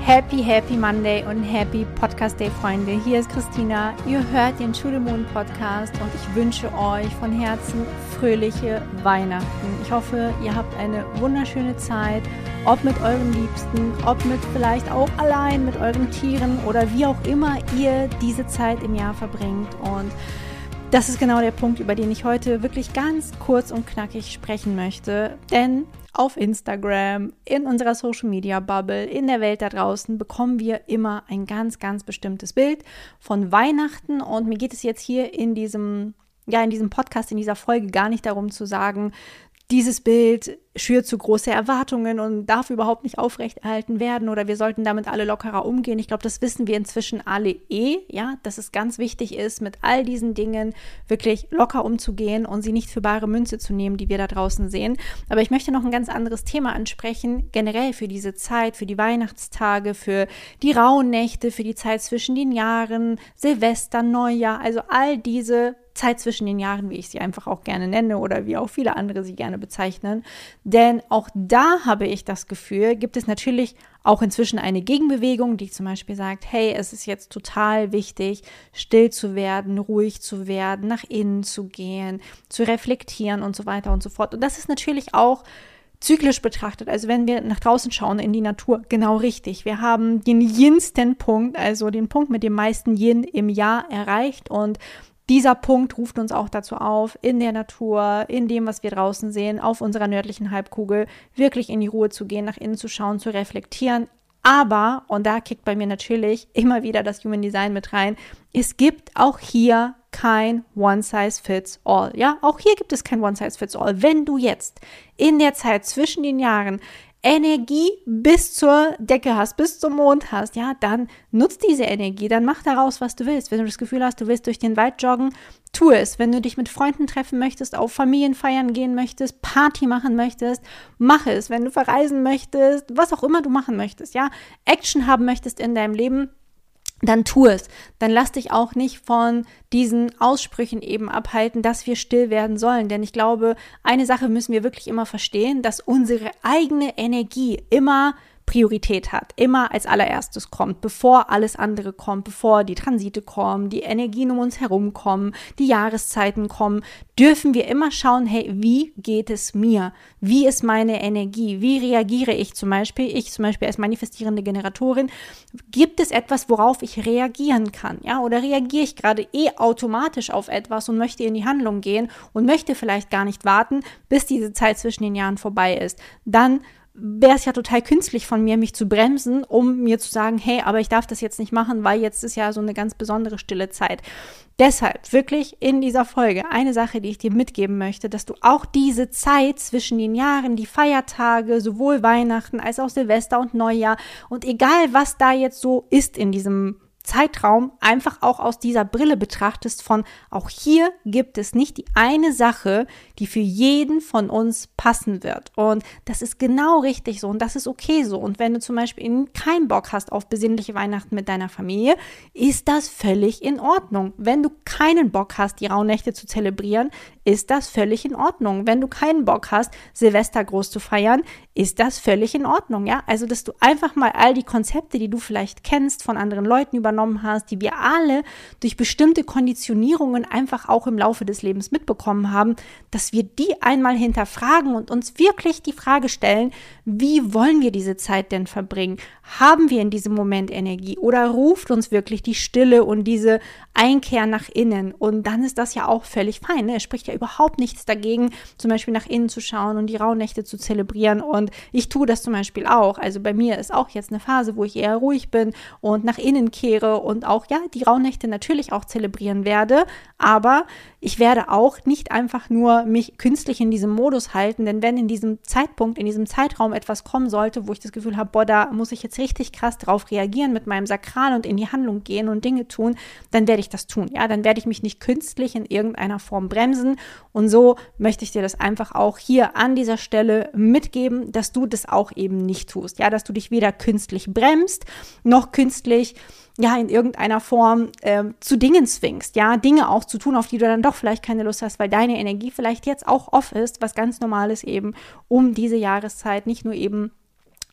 Happy Monday und Happy Podcast Day, Freunde. Hier ist Christina. Ihr hört den To the Moon Podcast und ich wünsche euch von Herzen fröhliche Weihnachten. Ich hoffe, ihr habt eine wunderschöne Zeit, ob mit euren Liebsten, ob mit vielleicht auch allein mit euren Tieren oder wie auch immer ihr diese Zeit im Jahr verbringt. Und das ist genau der Punkt, über den ich heute wirklich ganz kurz und knackig sprechen möchte, denn auf Instagram, in unserer Social-Media-Bubble, in der Welt da draußen bekommen wir immer ein ganz, ganz bestimmtes Bild von Weihnachten und mir geht es jetzt hier in diesem Podcast, in dieser Folge gar nicht darum zu sagen, dieses Bild schürt zu große Erwartungen und darf überhaupt nicht aufrechterhalten werden oder wir sollten damit alle lockerer umgehen. Ich glaube, das wissen wir inzwischen alle dass es ganz wichtig ist, mit all diesen Dingen wirklich locker umzugehen und sie nicht für bare Münze zu nehmen, die wir da draußen sehen. Aber ich möchte noch ein ganz anderes Thema ansprechen, generell für diese Zeit, für die Weihnachtstage, für die Rauhnächte, für die Zeit zwischen den Jahren, Silvester, Neujahr, also all diese Zeit zwischen den Jahren, wie ich sie einfach auch gerne nenne oder wie auch viele andere sie gerne bezeichnen. Denn auch da habe ich das Gefühl, gibt es natürlich auch inzwischen eine Gegenbewegung, die zum Beispiel sagt, hey, es ist jetzt total wichtig, still zu werden, ruhig zu werden, nach innen zu gehen, zu reflektieren und so weiter und so fort. Und das ist natürlich auch zyklisch betrachtet, also wenn wir nach draußen schauen in die Natur, genau richtig. Wir haben den Yinsten Punkt, also den Punkt mit dem meisten Yin im Jahr erreicht und dieser Punkt ruft uns auch dazu auf, in der Natur, in dem, was wir draußen sehen, auf unserer nördlichen Halbkugel, wirklich in die Ruhe zu gehen, nach innen zu schauen, zu reflektieren. Aber, und da kickt bei mir natürlich immer wieder das Human Design mit rein, es gibt auch hier kein One-Size-Fits-All. Ja, auch hier gibt es kein One-Size-Fits-All. Wenn du jetzt in der Zeit zwischen den Jahren Energie bis zur Decke hast, bis zum Mond hast, ja, dann nutzt diese Energie, dann mach daraus, was du willst. Wenn du das Gefühl hast, du willst durch den Wald joggen, tu es. Wenn du dich mit Freunden treffen möchtest, auf Familienfeiern gehen möchtest, Party machen möchtest, mach es. Wenn du verreisen möchtest, was auch immer du machen möchtest, ja, Action haben möchtest in deinem Leben, dann tu es. Dann lass dich auch nicht von diesen Aussprüchen eben abhalten, dass wir still werden sollen. Denn ich glaube, eine Sache müssen wir wirklich immer verstehen, dass unsere eigene Energie immer Priorität hat, immer als allererstes kommt, bevor alles andere kommt, bevor die Transite kommen, die Energien um uns herum kommen, die Jahreszeiten kommen, dürfen wir immer schauen, hey, wie geht es mir? Wie ist meine Energie? Wie reagiere ich zum Beispiel? Ich zum Beispiel als manifestierende Generatorin, gibt es etwas, worauf ich reagieren kann? Ja, oder reagiere ich gerade automatisch auf etwas und möchte in die Handlung gehen und möchte vielleicht gar nicht warten, bis diese Zeit zwischen den Jahren vorbei ist? Dann wäre es ja total künstlich von mir, mich zu bremsen, um mir zu sagen, hey, aber ich darf das jetzt nicht machen, weil jetzt ist ja so eine ganz besondere stille Zeit. Deshalb wirklich in dieser Folge eine Sache, die ich dir mitgeben möchte, dass du auch diese Zeit zwischen den Jahren, die Feiertage, sowohl Weihnachten als auch Silvester und Neujahr und egal, was da jetzt so ist in diesem Zeitraum, einfach auch aus dieser Brille betrachtest von, auch hier gibt es nicht die eine Sache, die für jeden von uns passen wird. Und das ist genau richtig so und das ist okay so. Und wenn du zum Beispiel keinen Bock hast auf besinnliche Weihnachten mit deiner Familie, ist das völlig in Ordnung. Wenn du keinen Bock hast, die Rauhnächte zu zelebrieren, ist das völlig in Ordnung. Wenn du keinen Bock hast, Silvester groß zu feiern, ist das völlig in Ordnung. Ja, also dass du einfach mal all die Konzepte, die du vielleicht kennst, von anderen Leuten übernommen hast, die wir alle durch bestimmte Konditionierungen einfach auch im Laufe des Lebens mitbekommen haben, dass wir die einmal hinterfragen und uns wirklich die Frage stellen, wie wollen wir diese Zeit denn verbringen? Haben wir in diesem Moment Energie oder ruft uns wirklich die Stille und diese Einkehr nach innen? Und dann ist das ja auch völlig fein. Ne? Es spricht ja überhaupt nichts dagegen, zum Beispiel nach innen zu schauen und die Rauhnächte zu zelebrieren. Und ich tue das zum Beispiel auch. Also bei mir ist auch jetzt eine Phase, wo ich eher ruhig bin und nach innen kehre und auch, ja, die Rauhnächte natürlich auch zelebrieren werde. Aber ich werde auch nicht einfach nur mich künstlich in diesem Modus halten, denn wenn in diesem Zeitpunkt, in diesem Zeitraum etwas kommen sollte, wo ich das Gefühl habe, boah, da muss ich jetzt richtig krass drauf reagieren mit meinem Sakral und in die Handlung gehen und Dinge tun, dann werde ich das tun. Ja, dann werde ich mich nicht künstlich in irgendeiner Form bremsen. Und so möchte ich dir das einfach auch hier an dieser Stelle mitgeben, dass du das auch eben nicht tust. Ja, dass du dich weder künstlich bremst, noch künstlich in irgendeiner Form zu Dingen zwingst, ja, Dinge auch zu tun, auf die du dann doch vielleicht keine Lust hast, weil deine Energie vielleicht jetzt auch off ist, was ganz normal ist eben um diese Jahreszeit, nicht nur eben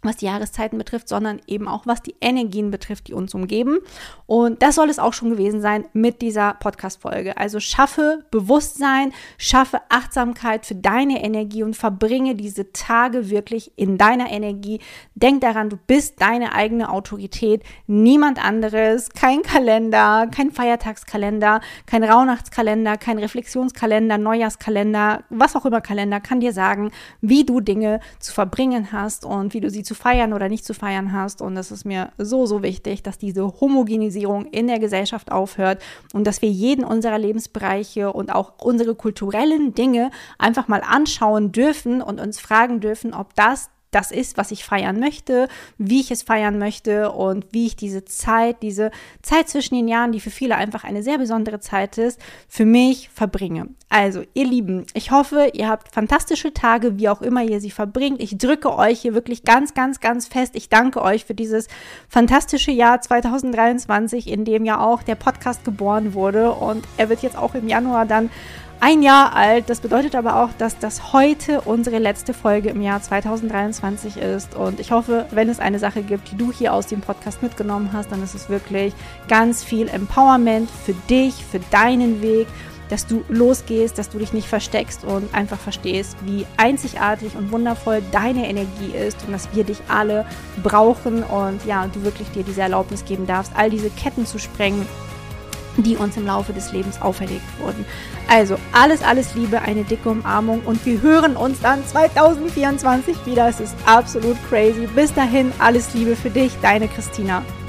was die Jahreszeiten betrifft, sondern eben auch, was die Energien betrifft, die uns umgeben. Und das soll es auch schon gewesen sein mit dieser Podcast-Folge. Also schaffe Bewusstsein, schaffe Achtsamkeit für deine Energie und verbringe diese Tage wirklich in deiner Energie. Denk daran, du bist deine eigene Autorität, niemand anderes, kein Kalender, kein Feiertagskalender, kein Rauhnachtskalender, kein Reflexionskalender, Neujahrskalender, was auch immer Kalender kann dir sagen, wie du Dinge zu verbringen hast und wie du sie zu feiern oder nicht zu feiern hast. Und das ist mir so, so wichtig, dass diese Homogenisierung in der Gesellschaft aufhört und dass wir jeden unserer Lebensbereiche und auch unsere kulturellen Dinge einfach mal anschauen dürfen und uns fragen dürfen, ob das ist, was ich feiern möchte, wie ich es feiern möchte und wie ich diese Zeit zwischen den Jahren, die für viele einfach eine sehr besondere Zeit ist, für mich verbringe. Also, ihr Lieben, ich hoffe, ihr habt fantastische Tage, wie auch immer ihr sie verbringt. Ich drücke euch hier wirklich ganz, ganz, ganz fest. Ich danke euch für dieses fantastische Jahr 2023, in dem ja auch der Podcast geboren wurde und er wird jetzt auch im Januar dann 1 Jahr alt. Das bedeutet aber auch, dass das heute unsere letzte Folge im Jahr 2023 ist. Und ich hoffe, wenn es eine Sache gibt, die du hier aus dem Podcast mitgenommen hast, dann ist es wirklich ganz viel Empowerment für dich, für deinen Weg, dass du losgehst, dass du dich nicht versteckst und einfach verstehst, wie einzigartig und wundervoll deine Energie ist und dass wir dich alle brauchen und ja, du wirklich dir diese Erlaubnis geben darfst, all diese Ketten zu sprengen, die uns im Laufe des Lebens auferlegt wurden. Also alles Liebe, eine dicke Umarmung und wir hören uns dann 2024 wieder. Es ist absolut crazy. Bis dahin, alles Liebe für dich, deine Christina.